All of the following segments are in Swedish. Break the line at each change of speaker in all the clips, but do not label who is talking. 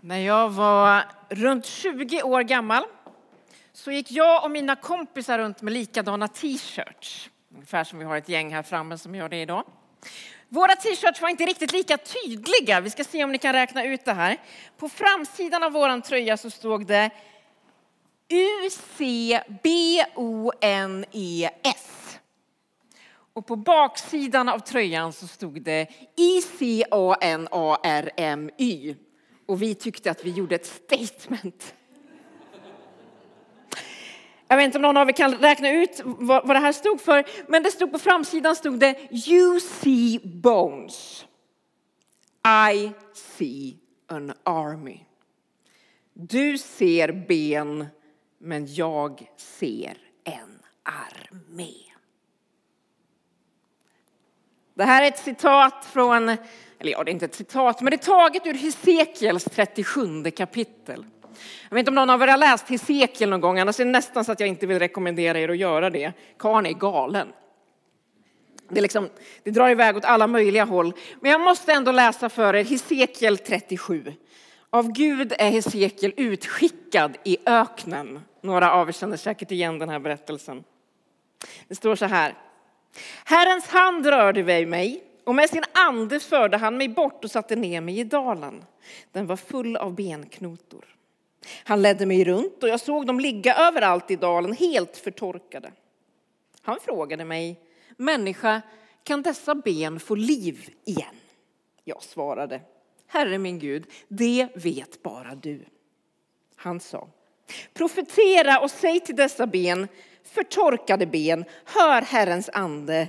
När jag var runt 20 år gammal så gick jag och mina kompisar runt med likadana t-shirts. Ungefär som vi har ett gäng här framme som gör det idag. Våra t-shirts var inte riktigt lika tydliga. Vi ska se om ni kan räkna ut det här. På framsidan av våran tröja så stod det UCBONES. Och på baksidan av tröjan så stod det ICANARMY. Och vi tyckte att vi gjorde ett statement. Jag vet inte om någon av er kan räkna ut vad det här stod för. Men det stod på framsidan stod det You see bones. I see an army. Du ser ben, men jag ser en armé. Det här är ett citat från, eller ja, det är inte ett citat, men det är taget ur Hesekiels 37 kapitel. Jag vet inte om någon av er har läst Hesekiel någon gång, annars är det nästan så att jag inte vill rekommendera er att göra det. Karln är galen. Det drar iväg åt alla möjliga håll. Men jag måste ändå läsa för er Hesekiel 37. Av Gud är Hesekiel utskickad i öknen. Några av er känner säkert igen den här berättelsen. Det står så här. Herrens hand rörde vid mig och med sin ande förde han mig bort och satte ner mig i dalen. Den var full av benknotor. Han ledde mig runt och jag såg dem ligga överallt i dalen helt förtorkade. Han frågade mig, människa, kan dessa ben få liv igen? Jag svarade, Herre min Gud, det vet bara du. Han sa, profetera och säg till dessa ben, förtorkade ben, hör Herrens ande.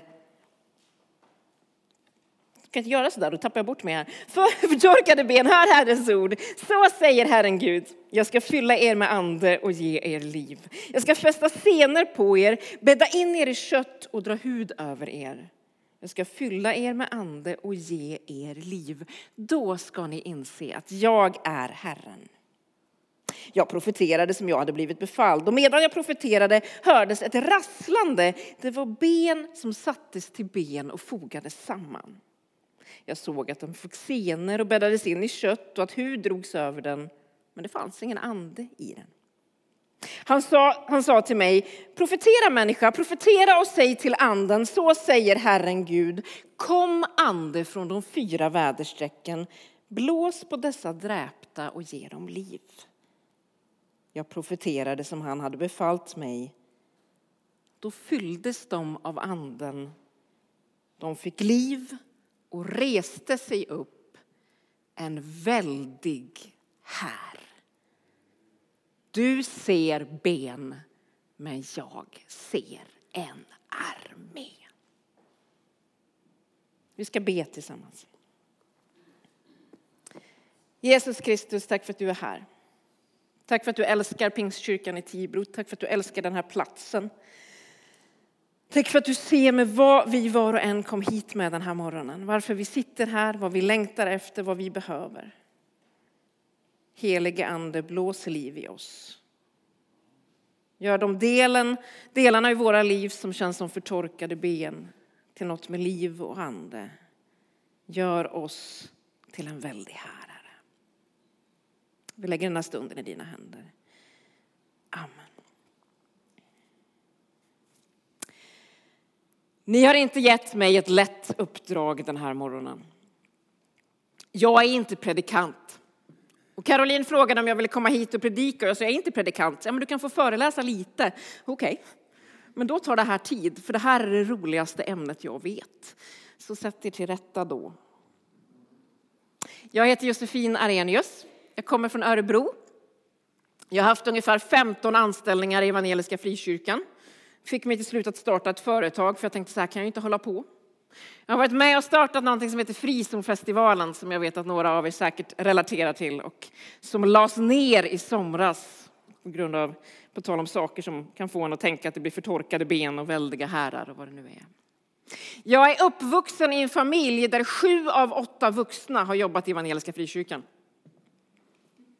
Jag kan inte göra så där, då tappar jag bort mig här. Förtorkade ben, hör Herrens ord. Så säger Herren Gud. Jag ska fylla er med ande och ge er liv. Jag ska fästa senor på er, bädda in er i kött och dra hud över er. Jag ska fylla er med ande och ge er liv. Då ska ni inse att jag är Herren. Jag profeterade som jag hade blivit befalld. Och medan jag profeterade hördes ett rasslande. Det var ben som sattes till ben och fogades samman. Jag såg att de fick senor och bäddades in i kött och att hud drogs över den. Men det fanns ingen ande i den. Han sa till mig, profetera människa, profetera och säg till anden, så säger Herren Gud. Kom ande från de 4 väderstrecken, blås på dessa dräpta och ge dem liv. Jag profeterade som han hade befallt mig. Då fylldes de av anden. De fick liv och reste sig upp en väldig här. Du ser ben, men jag ser en armé. Vi ska be tillsammans. Jesus Kristus, tack för att du är här. Tack för att du älskar Pingstkyrkan i Tibro. Tack för att du älskar den här platsen. Tack för att du ser med vad vi var och en kom hit med den här morgonen. Varför vi sitter här, vad vi längtar efter, vad vi behöver. Helige ande, blås liv i oss. Gör de delarna i våra liv som känns som förtorkade ben till något med liv och ande. Gör oss till en väldig Herre. Vi lägger den här stunden i dina händer. Amen. Ni har inte gett mig ett lätt uppdrag den här morgonen. Jag är inte predikant. Och Caroline frågade om jag ville komma hit och predika. Jag sa, jag är inte predikant. Ja, men du kan få föreläsa lite. Okej. Men då tar det här tid. För det här är det roligaste ämnet jag vet. Så sätt er till rätta då. Jag heter Josefin Arrhenius. Jag kommer från Örebro. Jag har haft ungefär 15 anställningar i Evangeliska Frikyrkan. Fick mig till slut att starta ett företag för jag tänkte så här kan jag inte hålla på. Jag har varit med och startat någonting som heter Frizonfestivalen som jag vet att några av er säkert relaterar till och som lades ner i somras på grund av, på tal om saker som kan få en att tänka att det blir förtorkade ben och väldiga härar och vad det nu är. Jag är uppvuxen i en familj där 7 av 8 vuxna har jobbat i Evangeliska Frikyrkan.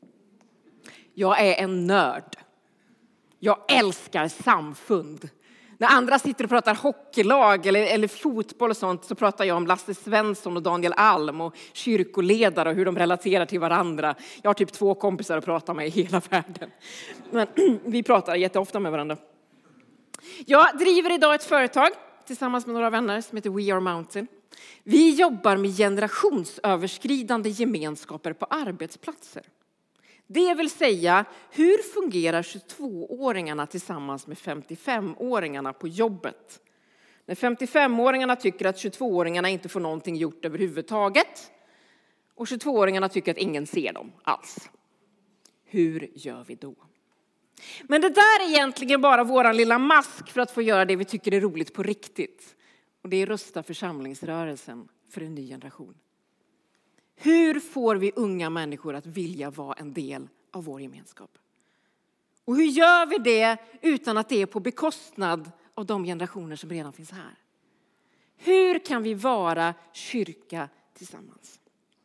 Jag är en nörd. Jag älskar samfund. När andra sitter och pratar hockeylag eller fotboll och sånt, så pratar jag om Lasse Svensson och Daniel Alm och kyrkoledare och hur de relaterar till varandra. Jag har typ 2 kompisar att prata med i hela världen. Men vi pratar jätteofta med varandra. Jag driver idag ett företag tillsammans med några vänner som heter We Are Mountain. Vi jobbar med generationsöverskridande gemenskaper på arbetsplatser. Det vill säga, hur fungerar 22-åringarna tillsammans med 55-åringarna på jobbet? När 55-åringarna tycker att 22-åringarna inte får någonting gjort överhuvudtaget. Och 22-åringarna tycker att ingen ser dem alls. Hur gör vi då? Men det där är egentligen bara våran lilla mask för att få göra det vi tycker är roligt på riktigt. Och det är rusta församlingsrörelsen för en ny generation. Hur får vi unga människor att vilja vara en del av vår gemenskap? Och hur gör vi det utan att det är på bekostnad av de generationer som redan finns här? Hur kan vi vara kyrka tillsammans?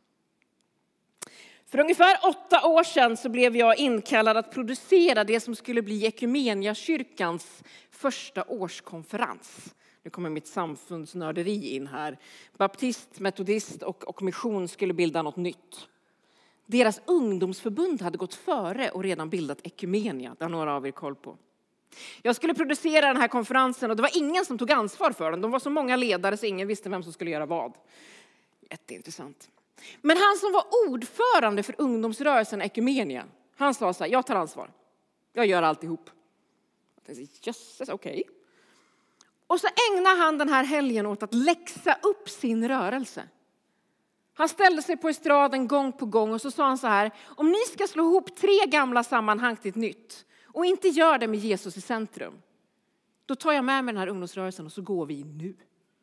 För ungefär 8 år sedan så blev jag inkallad att producera det som skulle bli Equmeniakyrkans första årskonferens. Nu kommer mitt samfundsnörderi in här. Baptist, metodist och mission skulle bilda något nytt. Deras ungdomsförbund hade gått före och redan bildat Equmenia. Det har några av er koll på. Jag skulle producera den här konferensen och det var ingen som tog ansvar för den. De var så många ledare så ingen visste vem som skulle göra vad. Jätteintressant. Men han som var ordförande för ungdomsrörelsen Equmenia, han sa så här: jag tar ansvar. Jag gör alltihop. Jag tänkte, jösses, okej. Och så ägnar han den här helgen åt att läxa upp sin rörelse. Han ställde sig på estraden gång på gång och så sa han så här: om ni ska slå ihop 3 gamla sammanhang till ett nytt och inte gör det med Jesus i centrum, då tar jag med mig den här ungdomsrörelsen och så går vi nu.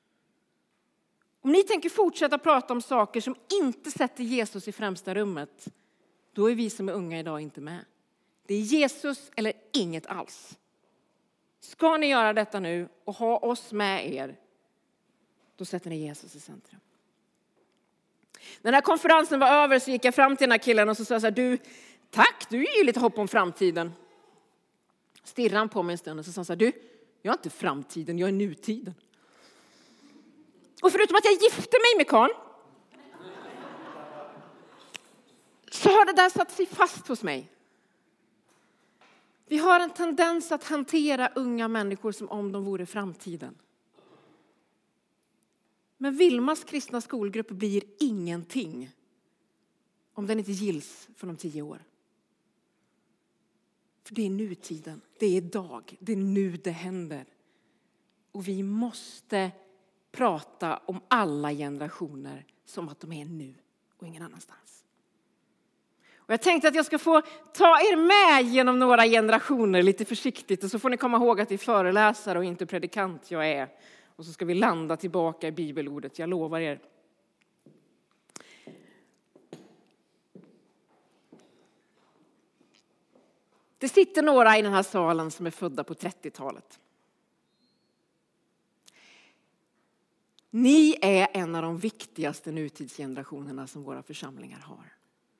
Om ni tänker fortsätta prata om saker som inte sätter Jesus i främsta rummet, då är vi som är unga idag inte med. Det är Jesus eller inget alls. Ska ni göra detta nu och ha oss med er, då sätter ni Jesus i centrum. När den här konferensen var över så gick jag fram till den här killen och så sa jag så här: du, tack, du är ju lite hopp om framtiden. Stirrade han på mig en stund och så sa han så här: du, jag är inte framtiden, jag är nutiden. Och förutom att jag gifte mig med karln, så har det där satt sig fast hos mig. Vi har en tendens att hantera unga människor som om de vore framtiden. Men Vilmas kristna skolgrupp blir ingenting om den inte gills för de 10 år. För det är nutiden, det är idag, det är nu det händer. Och vi måste prata om alla generationer som att de är nu och ingen annanstans. Och jag tänkte att jag ska få ta er med genom några generationer lite försiktigt. Och så får ni komma ihåg att det är föreläsare och inte predikant jag är. Och så ska vi landa tillbaka i bibelordet, jag lovar er. Det sitter några i den här salen som är födda på 30-talet. Ni är en av de viktigaste nutidsgenerationerna som våra församlingar har.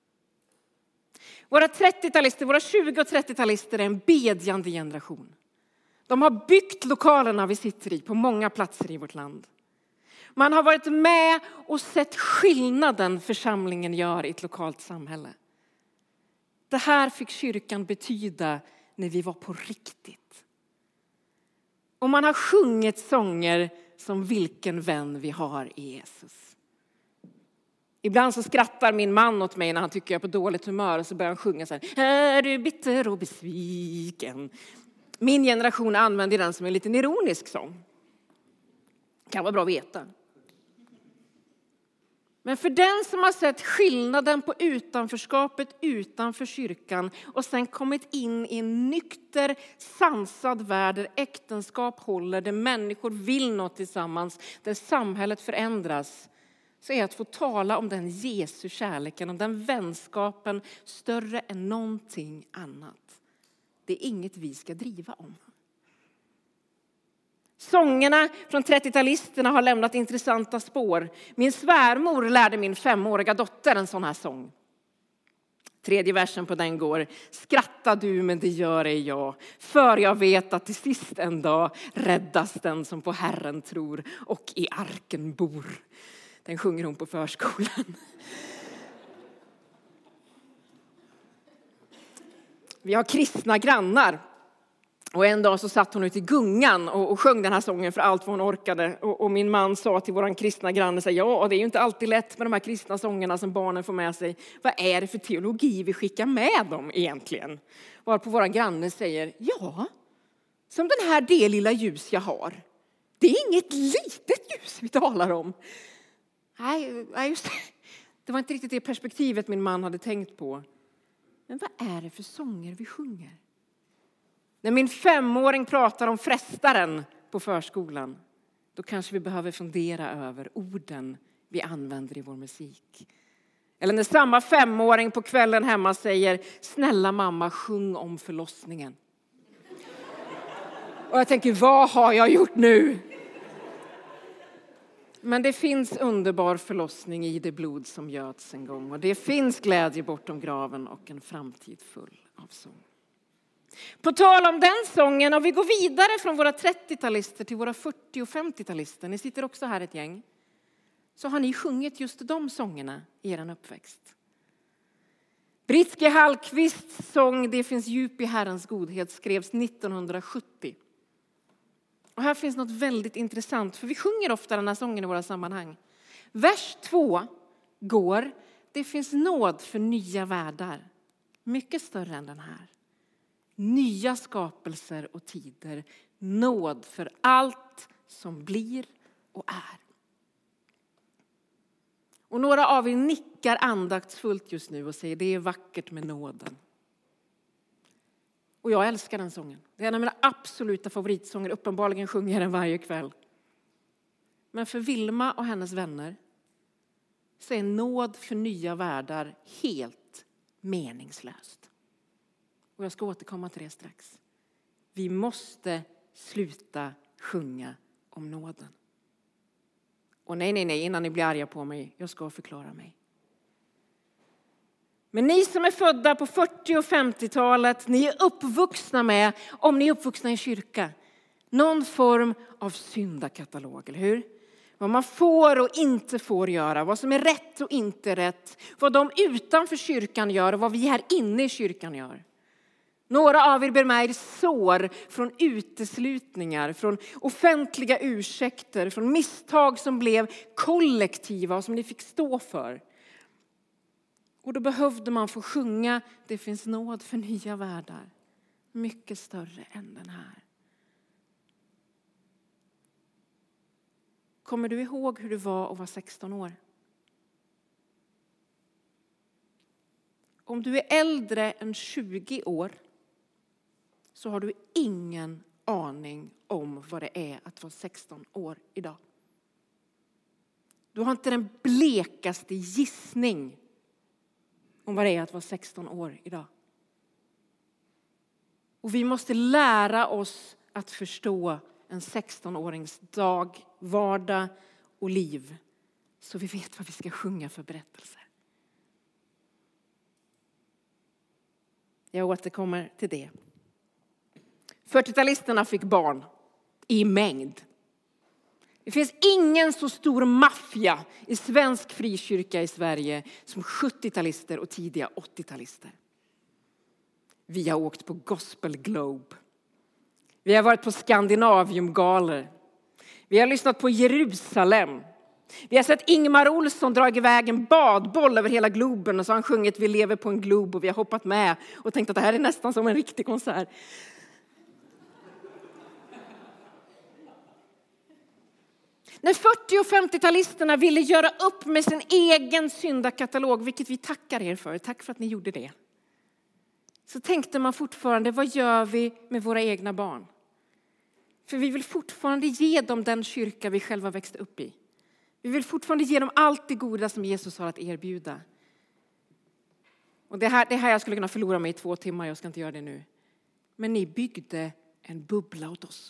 Våra 30-talister, våra 20- och 30-talister är en bedjande generation. De har byggt lokalerna vi sitter i på många platser i vårt land. Man har varit med och sett skillnaden församlingen gör i ett lokalt samhälle. Det här fick kyrkan betyda när vi var på riktigt. Och man har sjungit sånger som vilken vän vi har i Jesus. Ibland så skrattar min man åt mig när han tycker jag är på dåligt humör. Och så börjar han sjunga så här: är du bitter och besviken? Min generation använder den som en liten ironisk sång. Kan vara bra att veta. Men för den som har sett skillnaden på utanförskapet utanför kyrkan och sen kommit in i en nykter, sansad värld där äktenskap håller, där människor vill något tillsammans, där samhället förändras, så är att få tala om den Jesu kärleken, om den vänskapen större än någonting annat. Det är inget vi ska driva om. Sångerna från 30-talisterna har lämnat intressanta spår. Min svärmor lärde min 5-åriga dotter en sån här sång. Tredje versen på den går: skratta du, men det gör ej jag. För jag vet att till sist en dag räddas den som på Herren tror och i arken bor. Den sjunger hon på förskolan. Vi har kristna grannar. Och en dag så satt hon ute i gungan och sjöng den här sången för allt vad hon orkade. Och min man sa till våran kristna granne, så, ja, det är ju inte alltid lätt med de här kristna sångerna som barnen får med sig. Vad är det för teologi vi skickar med dem egentligen? Varpå våran granne säger, ja, som den här det lilla ljus jag har. Det är inget litet ljus vi talar om. Nej, just det. Det var inte riktigt det perspektivet min man hade tänkt på. Men vad är det för sånger vi sjunger? När min 5-åring pratar om frestaren på förskolan, då kanske vi behöver fundera över orden vi använder i vår musik. Eller när samma 5-åring på kvällen hemma säger, snälla mamma, sjung om förlossningen. Och jag tänker, vad har jag gjort nu? Men det finns underbar förlossning i det blod som göds en gång. Och det finns glädje bortom graven och en framtid full av sång. På tal om den sången, och vi går vidare från våra 30-talister till våra 40- och 50-talister. Ni sitter också här ett gäng. Så har ni sjungit just de sångerna i er uppväxt. Britt-G Hallqvists sång Det finns djup i Herrens godhet skrevs 1970. Och här finns något väldigt intressant, för vi sjunger ofta den här sången i våra sammanhang. Vers 2 går, det finns nåd för nya världar, mycket större än den här. Nya skapelser och tider, nåd för allt som blir och är. Och några av er nickar andaktsfullt just nu och säger, det är vackert med nåden. Och jag älskar den sången. Det är en av mina absoluta favoritsånger. Uppenbarligen sjunger jag den varje kväll. Men för Vilma och hennes vänner så är nåd för nya världar helt meningslöst. Och jag ska återkomma till det strax. Vi måste sluta sjunga om nåden. Och nej, innan ni blir arga på mig. Jag ska förklara mig. Men ni som är födda på 40- och 50-talet, ni är uppvuxna med, om ni är uppvuxna i kyrka, någon form av syndakatalog, eller hur? Vad man får och inte får göra, vad som är rätt och inte rätt, vad de utanför kyrkan gör och vad vi här inne i kyrkan gör. Några av er bär med er sår från uteslutningar, från offentliga ursäkter, från misstag som blev kollektiva och som ni fick stå för. Och då behövde man få sjunga, det finns nåd för nya världar. Mycket större än den här. Kommer du ihåg hur det var att vara 16 år? Om du är äldre än 20 år så har du ingen aning om vad det är att vara 16 år idag. Du har inte den blekaste gissning om vad det är att vara 16 år idag. Och vi måste lära oss att förstå en 16-årings dag, vardag och liv. Så vi vet vad vi ska sjunga för berättelser. Jag återkommer till det. 40-talisterna fick barn i mängd. Det finns ingen så stor maffia i svensk frikyrka i Sverige som 70-talister och tidiga 80-talister. Vi har åkt på Gospel Globe. Vi har varit på Skandinaviumgalor. Vi har lyssnat på Jerusalem. Vi har sett Ingmar Olsson dra iväg en badboll över hela globen och så har han sjungit Vi lever på en glob och vi har hoppat med och tänkt att det här är nästan som en riktig konsert. När 40- och 50-talisterna ville göra upp med sin egen syndakatalog, vilket vi tackar er för, tack för att ni gjorde det. Så tänkte man fortfarande, vad gör vi med våra egna barn? För vi vill fortfarande ge dem den kyrka vi själva växte upp i. Vi vill fortfarande ge dem allt det goda som Jesus har att erbjuda. Och det här jag skulle kunna förlora mig i 2 timmar, jag ska inte göra det nu. Men ni byggde en bubbla åt oss.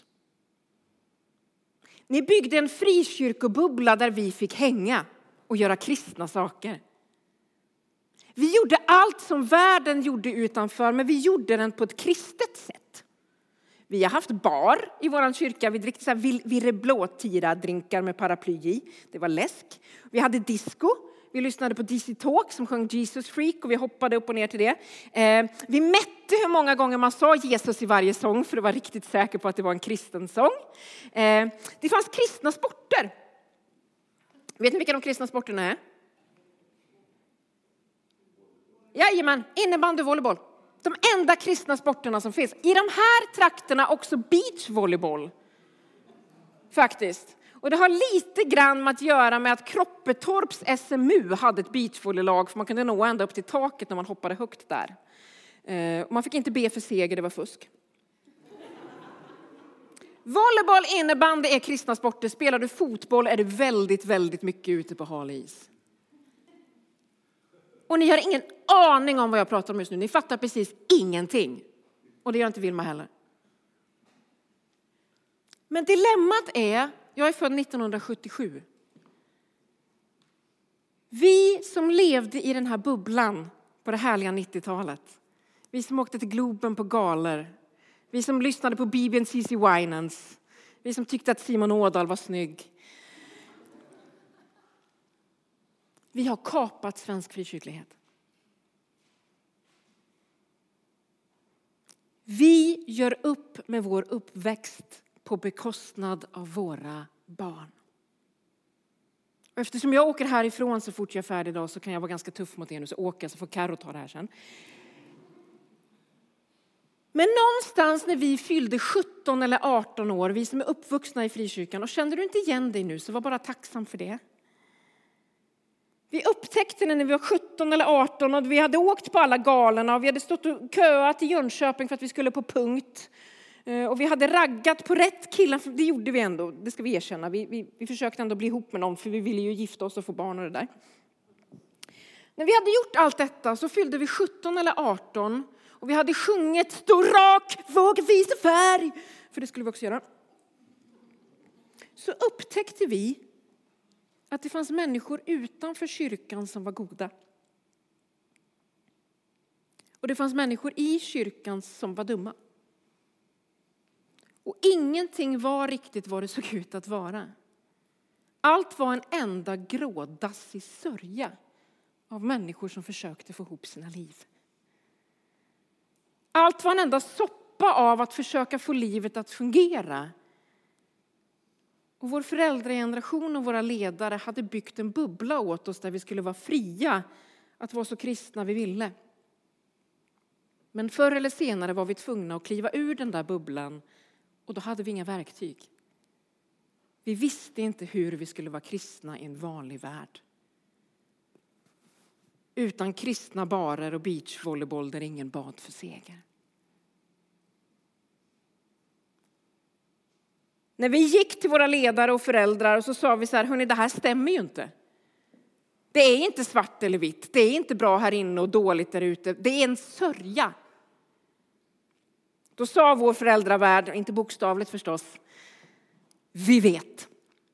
Ni byggde en frikyrkobubbla där vi fick hänga och göra kristna saker. Vi gjorde allt som världen gjorde utanför, men vi gjorde den på ett kristet sätt. Vi har haft bar i våran kyrka. Vi drickte så här virreblåtira-drinkar med paraply i. Det var läsk. Vi hade disco. Vi lyssnade på DC Talk som sjöng Jesus Freak och vi hoppade upp och ner till det. Vi mätte hur många gånger man sa Jesus i varje sång för att vara riktigt säker på att det var en kristen sång. Det fanns kristna sporter. Vet ni vilka de kristna sporterna är? Jajamän, innebandy och volleyboll. De enda kristna sporterna som finns. I de här trakterna också beachvolleyboll. Faktiskt. Och det har lite grann med att göra med att Kroppetorps SMU hade ett beachvolleylag. För man kunde nå ända upp till taket när man hoppade högt där. Man fick inte be för seger, det var fusk. Volleyboll, innebandy är kristna sporter. Spelar du fotboll är du väldigt, väldigt mycket ute på hal is. Och ni har ingen aning om vad jag pratar om just nu. Ni fattar precis ingenting. Och det gör inte Vilma heller. Men dilemmat är, jag är född 1977. Vi som levde i den här bubblan på det härliga 90-talet. Vi som åkte till Globen på galor. Vi som lyssnade på Bibi och CeCe Winans. Vi som tyckte att Simon Ådahl var snygg. Vi har kapat svensk frikyrklighet. Vi gör upp med vår uppväxt på bekostnad av våra barn. Och eftersom jag åker härifrån så fort jag är färdig idag så kan jag vara ganska tuff mot er nu. Så åker jag så får Karo ta det här sen. Men någonstans när vi fyllde 17 eller 18 år, vi som är uppvuxna i frikyrkan, och kände du inte igen dig nu så var bara tacksam för det. Vi upptäckte när vi var 17 eller 18 och vi hade åkt på alla galorna och vi hade stått och köat i Jönköping för att vi skulle på punkt. Och vi hade raggat på rätt killar, för det gjorde vi ändå, det ska vi erkänna. Vi försökte ändå bli ihop med någon för vi ville ju gifta oss och få barn och det där. När vi hade gjort allt detta så fyllde vi 17 eller 18 och vi hade sjungit Stå rak, våga visa färg, för det skulle vi också göra. Så upptäckte vi att det fanns människor utanför kyrkan som var goda. Och det fanns människor i kyrkan som var dumma. Och ingenting var riktigt vad det såg ut att vara. Allt var en enda grådassig sörja av människor som försökte få ihop sina liv. Allt var en enda soppa av att försöka få livet att fungera. Och vår föräldrageneration och våra ledare hade byggt en bubbla åt oss där vi skulle vara fria att vara så kristna vi ville. Men förr eller senare var vi tvungna att kliva ur den där bubblan och då hade vi inga verktyg. Vi visste inte hur vi skulle vara kristna i en vanlig värld. Utan kristna barer och beachvolleyboll där ingen bad för seger. När vi gick till våra ledare och föräldrar och så sa vi så här, hörni, det här stämmer ju inte. Det är inte svart eller vitt. Det är inte bra här inne och dåligt där ute. Det är en sörja. Då sa vår föräldravärld, inte bokstavligt förstås, vi vet.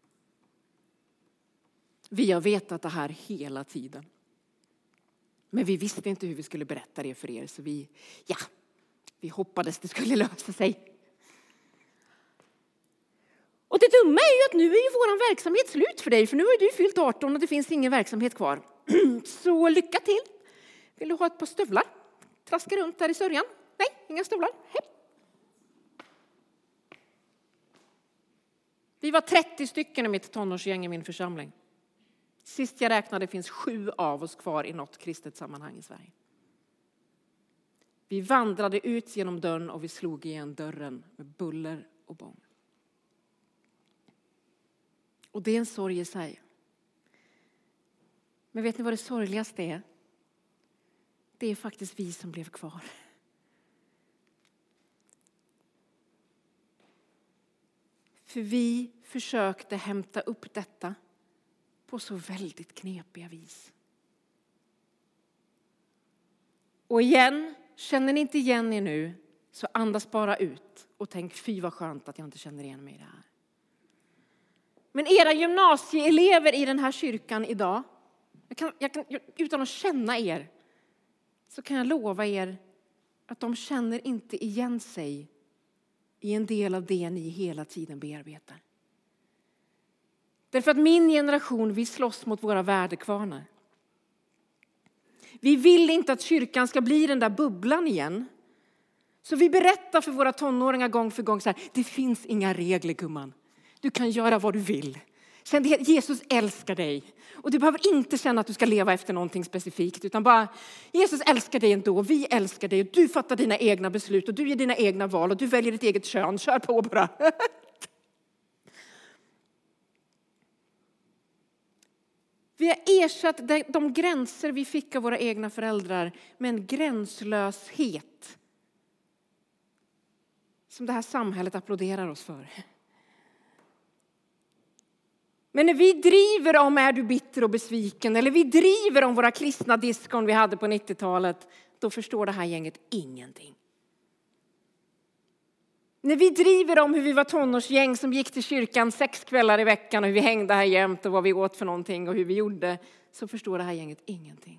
Vi har vetat det här hela tiden. Men vi visste inte hur vi skulle berätta det för er. Så vi hoppades det skulle lösa sig. Och det dumma är ju att nu är ju vår verksamhet slut för dig. För nu har du fyllt 18 och det finns ingen verksamhet kvar. Så lycka till. Vill du ha ett par stövlar? Traska runt där i sörjan? Nej, inga stövlar. Hej. Vi var 30 stycken i mitt tonårsgäng i min församling. Sist jag räknade finns 7 av oss kvar i något kristet sammanhang i Sverige. Vi vandrade ut genom dörren och vi slog igen dörren med buller och bång. Och det är en sorg i sig. Men vet ni vad det sorgligaste är? Det är faktiskt vi som blev kvar. För vi försökte hämta upp detta på så väldigt knepiga vis. Och igen, känner ni inte igen er nu så andas bara ut och tänk fy vad skönt att jag inte känner igen mig i det här. Men era gymnasieelever i den här kyrkan idag, jag kan utan att känna er så kan jag lova er att de känner inte igen sig i en del av det ni hela tiden bearbetar. Därför att min generation, vi slåss mot våra värdekvarnar. Vi vill inte att kyrkan ska bli den där bubblan igen. Så vi berättar för våra tonåringar gång för gång så här: det finns inga regler, gumman. Du kan göra vad du vill. Känn det, Jesus älskar dig. Och du behöver inte känna att du ska leva efter någonting specifikt. Utan bara, Jesus älskar dig ändå. Vi älskar dig. Och du fattar dina egna beslut. Och du gör dina egna val. Och du väljer ditt eget kön. Kör på bara. Vi har ersatt de gränser vi fick av våra egna föräldrar med en gränslöshet som det här samhället applåderar oss för. Men när vi driver om är du bitter och besviken, eller vi driver om våra kristna diskon vi hade på 90-talet, då förstår det här gänget ingenting. När vi driver om hur vi var tonårsgäng som gick till kyrkan 6 kvällar i veckan och hur vi hängde här jämt och vad vi åt för någonting och hur vi gjorde, så förstår det här gänget ingenting.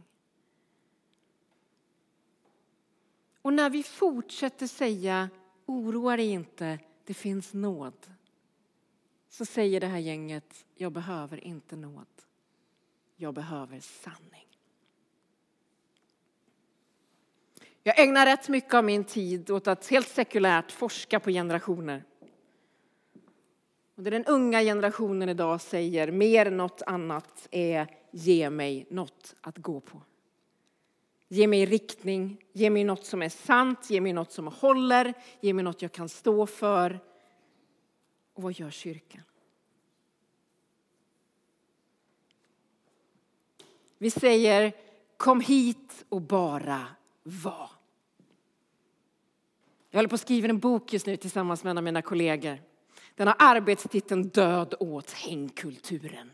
Och när vi fortsätter säga, oroa dig inte, det finns nåd, så säger det här gänget, jag behöver inte nåd, jag behöver sanning. Jag ägnar rätt mycket av min tid åt att helt sekulärt forska på generationer. Och det den unga generationen idag säger mer än något annat är: ge mig något att gå på. Ge mig riktning, ge mig något som är sant, ge mig något som håller, ge mig något jag kan stå för. Och vad gör kyrkan? Vi säger, kom hit och bara var. Jag håller på att skriva en bok just nu tillsammans med en av mina kollegor. Den har arbetstiteln Död åt hängkulturen.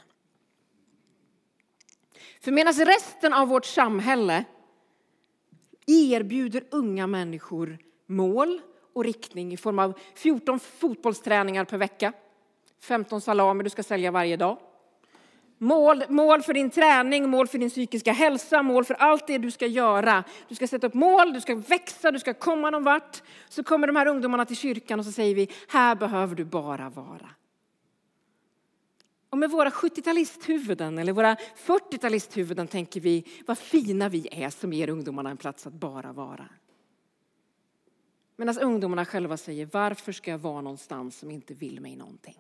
För medan resten av vårt samhälle erbjuder unga människor mål och riktning i form av 14 fotbollsträningar per vecka. 15 salami du ska sälja varje dag. Mål för din träning, mål för din psykiska hälsa, mål för allt det du ska göra. Du ska sätta upp mål, du ska växa, du ska komma någon vart. Så kommer de här ungdomarna till kyrkan och så säger vi, här behöver du bara vara. Och med våra 70-talisthuvuden eller våra 40-talisthuvuden tänker vi, vad fina vi är som ger ungdomarna en plats att bara vara. Medan ungdomarna själva säger, varför ska jag vara någonstans som inte vill mig någonting?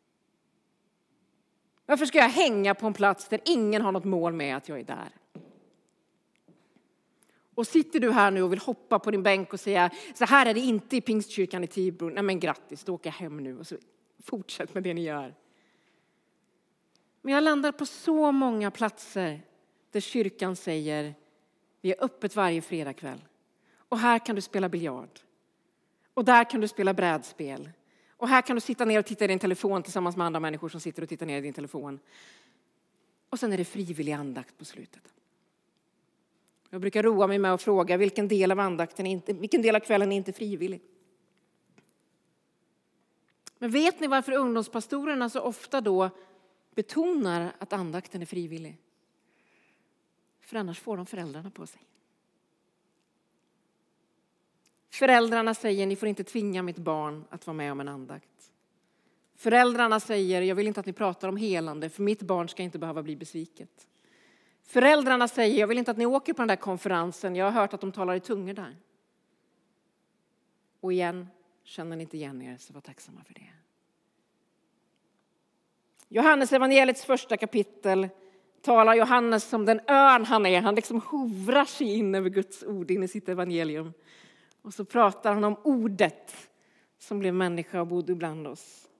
Varför ska jag hänga på en plats där ingen har något mål med att jag är där? Och sitter du här nu och vill hoppa på din bänk och säga, så här är det inte i Pingstkyrkan i Tibro. Nej men grattis, då åker jag hem nu och så fortsätt med det ni gör. Men jag landar på så många platser där kyrkan säger, vi är öppet varje fredagkväll. Och här kan du spela biljard. Och där kan du spela brädspel. Och här kan du sitta ner och titta i din telefon tillsammans med andra människor som sitter och tittar ner i din telefon. Och sen är det frivillig andakt på slutet. Jag brukar roa mig med att fråga vilken del av kvällen är inte frivillig. Men vet ni varför ungdomspastorerna så ofta då betonar att andakten är frivillig? För annars får de föräldrarna på sig. Föräldrarna säger, ni får inte tvinga mitt barn att vara med om en andakt. Föräldrarna säger, jag vill inte att ni pratar om helande, för mitt barn ska inte behöva bli besviket. Föräldrarna säger, jag vill inte att ni åker på den där konferensen, jag har hört att de talar i tungor där. Och igen, känner ni inte igen er, så var tacksamma för det. Johannes evangeliets första kapitel talar Johannes som den örn han är. Han liksom hovrar sig in över Guds ord in i sitt evangelium. Och så pratar han om ordet som blev människa och bodde bland oss.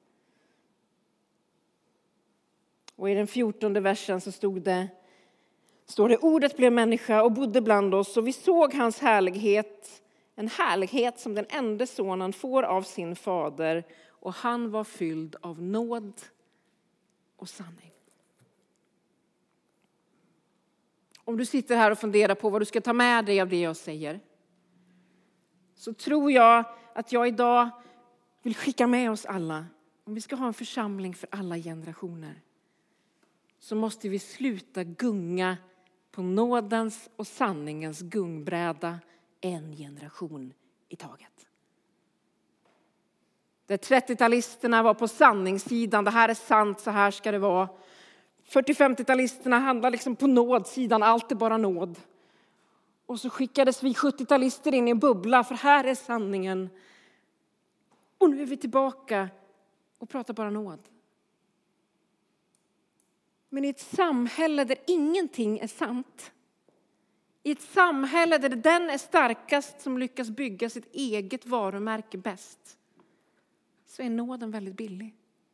Och i den 14:e versen så står det, ordet blev människa och bodde bland oss. Och vi såg hans härlighet, en härlighet som den enda sonen får av sin fader. Och han var fylld av nåd och sanning. Om du sitter här och funderar på vad du ska ta med dig av det jag säger, så tror jag att jag idag vill skicka med oss alla. Om vi ska ha en församling för alla generationer, så måste vi sluta gunga på nådens och sanningens gungbräda en generation i taget. Där 30-talisterna var på sanningssidan, det här är sant, så här ska det vara. 40-50-talisterna handlar liksom på nådsidan, allt är bara nåd. Och så skickades vi 70-talister in i en bubbla, för här är sanningen. Och nu är vi tillbaka och pratar bara nåd. Men i ett samhälle där ingenting är sant, i ett samhälle där den är starkast som lyckas bygga sitt eget varumärke bäst, så är nåden väldigt billig.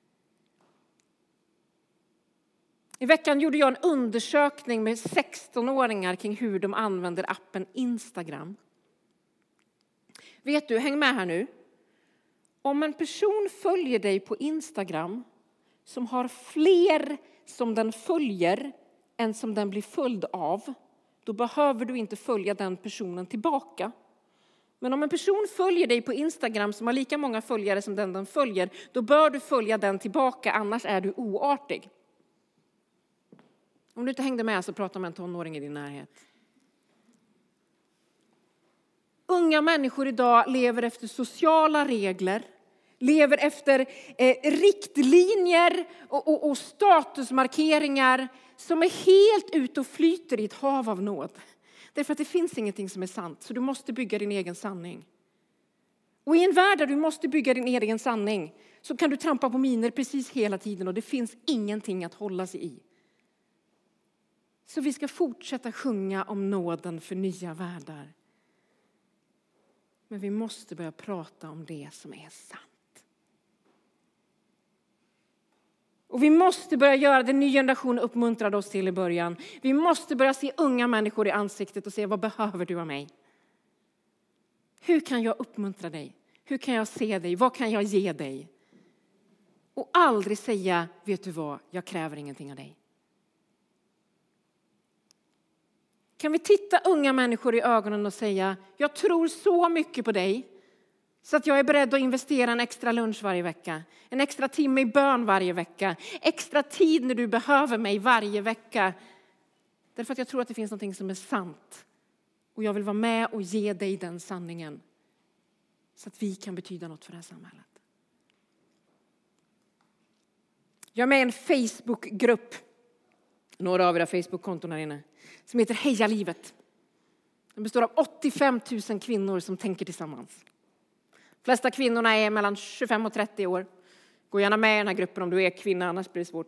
I veckan gjorde jag en undersökning med 16-åringar kring hur de använder appen Instagram. Vet du, häng med här nu. Om en person följer dig på Instagram som har fler som den följer än som den blir följd av, då behöver du inte följa den personen tillbaka. Men om en person följer dig på Instagram som har lika många följare som den följer, då bör du följa den tillbaka, annars är du oartig. Om du inte hängde med så prata med en tonåring i din närhet. Unga människor idag lever efter sociala regler, lever efter riktlinjer och statusmarkeringar som är helt ute och flyter i ett hav av nåd. Därför att det finns ingenting som är sant, så du måste bygga din egen sanning. Och i en värld där du måste bygga din egen sanning så kan du trampa på miner precis hela tiden och det finns ingenting att hålla sig i. Så vi ska fortsätta sjunga om nåden för nya världar. Men vi måste börja prata om det som är sant. Och vi måste börja göra det ny generation uppmuntrade oss till i början. Vi måste börja se unga människor i ansiktet och se, vad behöver du av mig? Hur kan jag uppmuntra dig? Hur kan jag se dig? Vad kan jag ge dig? Och aldrig säga, vet du vad, jag kräver ingenting av dig. Kan vi titta unga människor i ögonen och säga, jag tror så mycket på dig så att jag är beredd att investera en extra lunch varje vecka. En extra timme i bön varje vecka. Extra tid när du behöver mig varje vecka. Därför att jag tror att det finns något som är sant. Och jag vill vara med och ge dig den sanningen. Så att vi kan betyda något för det här samhället. Jag är med i en Facebookgrupp. Några av era Facebook-konton här inne. Som heter Heja livet. Den består av 85 000 kvinnor som tänker tillsammans. De flesta kvinnorna är mellan 25 och 30 år. Gå gärna med i den här gruppen om du är kvinna, annars blir det svårt.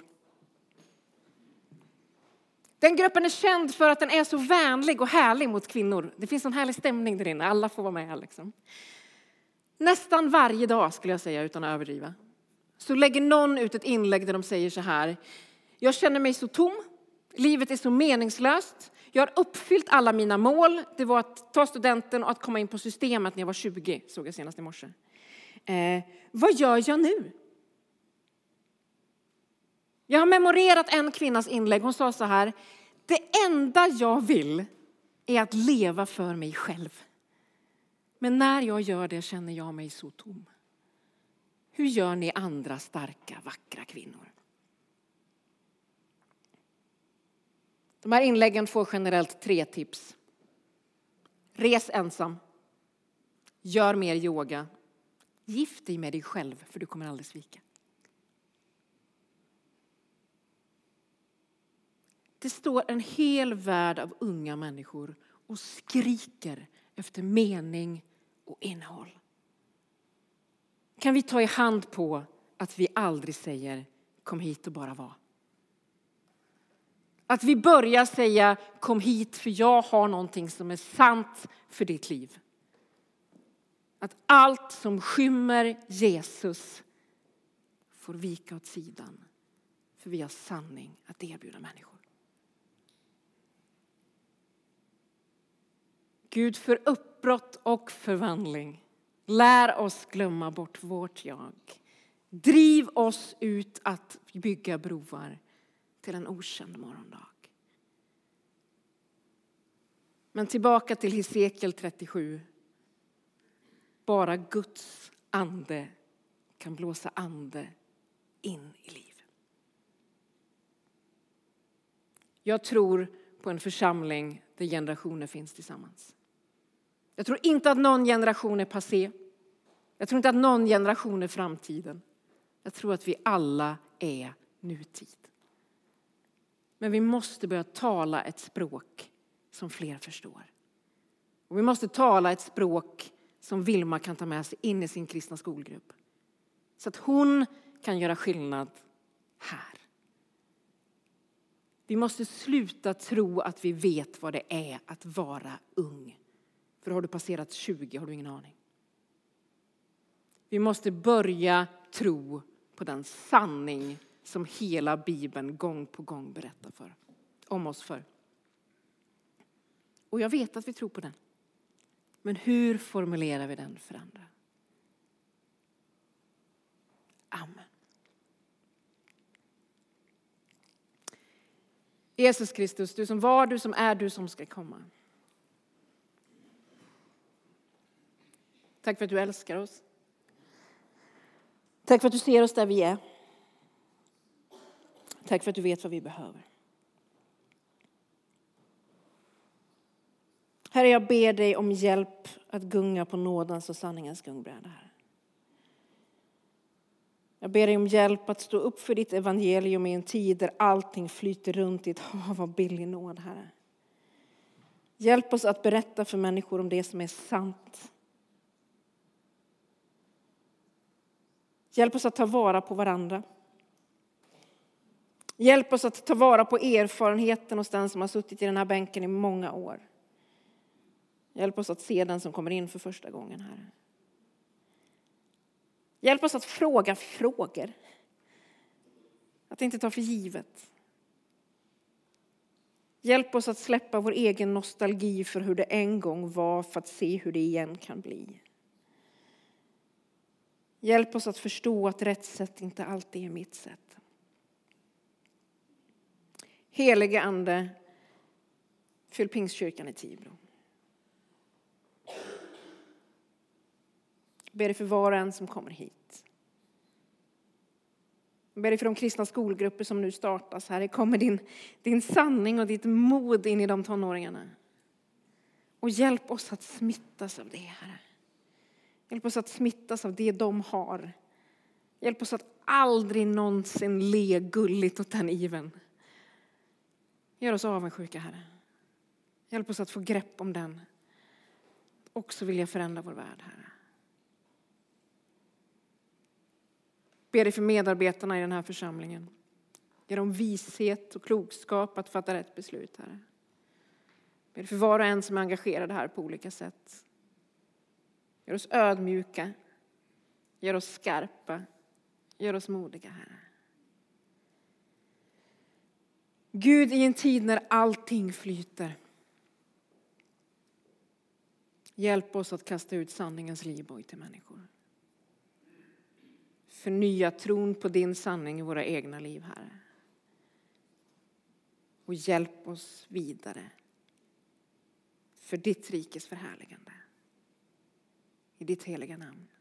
Den gruppen är känd för att den är så vänlig och härlig mot kvinnor. Det finns en härlig stämning där inne. Alla får vara med liksom. Nästan varje dag skulle jag säga utan att överdriva. Så lägger någon ut ett inlägg där de säger så här. Jag känner mig så tom. Livet är så meningslöst. Jag har uppfyllt alla mina mål. Det var att ta studenten och att komma in på systemet när jag var 20. Såg jag senast i morse. Vad gör jag nu? Jag har memorerat en kvinnas inlägg. Hon sa så här. Det enda jag vill är att leva för mig själv. Men när jag gör det känner jag mig så tom. Hur gör ni andra starka, vackra kvinnor? De här inläggen får generellt 3 tips. Res ensam. Gör mer yoga. Gift dig med dig själv för du kommer aldrig svika. Det står en hel värld av unga människor och skriker efter mening och innehåll. Kan vi ta i hand på att vi aldrig säger kom hit och bara var? Att vi börjar säga kom hit för jag har någonting som är sant för ditt liv. Att allt som skymmer Jesus får vika åt sidan. För vi har sanning att erbjuda människor. Gud, för uppbrott och förvandling. Lär oss glömma bort vårt jag. Driv oss ut att bygga broar till en okänd morgondag. Men tillbaka till Hesekiel 37. Bara Guds ande kan blåsa ande in i liv. Jag tror på en församling där generationer finns tillsammans. Jag tror inte att någon generation är passé. Jag tror inte att någon generation är framtiden. Jag tror att vi alla är nutid. Men vi måste börja tala ett språk som fler förstår. Och vi måste tala ett språk som Vilma kan ta med sig in i sin kristna skolgrupp. Så att hon kan göra skillnad här. Vi måste sluta tro att vi vet vad det är att vara ung. För har du passerat 20 har du ingen aning. Vi måste börja tro på den sanning som hela Bibeln gång på gång berättar om oss för. Och jag vet att vi tror på den. Men hur formulerar vi den för andra? Amen. Jesus Kristus, du som var, du som är, du som ska komma. Tack för att du älskar oss. Tack för att du ser oss där vi är. Tack för att du vet vad vi behöver. Herre, jag ber dig om hjälp att gunga på nådens och sanningens gungbräda här. Jag ber dig om hjälp att stå upp för ditt evangelium i en tid där allting flyter runt i ett hav av billig nåd, Herre. Hjälp oss att berätta för människor om det som är sant. Hjälp oss att ta vara på varandra. Hjälp oss att ta vara på erfarenheten hos den som har suttit i den här bänken i många år. Hjälp oss att se den som kommer in för första gången, Herre. Hjälp oss att fråga frågor. Att inte ta för givet. Hjälp oss att släppa vår egen nostalgi för hur det en gång var för att se hur det igen kan bli. Hjälp oss att förstå att rätt sätt inte alltid är mitt sätt. Helige Ande, fyll Pingstkyrkan i Tibro. Jag ber dig för var och en som kommer hit. Jag ber dig för de kristna skolgrupper som nu startas. Här kommer din sanning och ditt mod in i de tonåringarna. Och hjälp oss att smittas av det, Herre. Hjälp oss att smittas av det de har. Hjälp oss att aldrig någonsin le gulligt åt den iven. Gör oss avundsjuka, Herre. Hjälp oss att få grepp om den. Också vilja förändra vår värld, Herre. Ber dig för medarbetarna i den här församlingen. Ge dem vishet och klokskap att fatta rätt beslut, Herre. Ber dig för var och en som är engagerad här på olika sätt. Gör oss ödmjuka. Gör oss skarpa. Gör oss modiga, Herre. Gud, i en tid när allting flyter. Hjälp oss att kasta ut sanningens livboj till människor. Förnya tron på din sanning i våra egna liv, Herre. Och hjälp oss vidare. För ditt rikes förhärligande. I ditt heliga namn.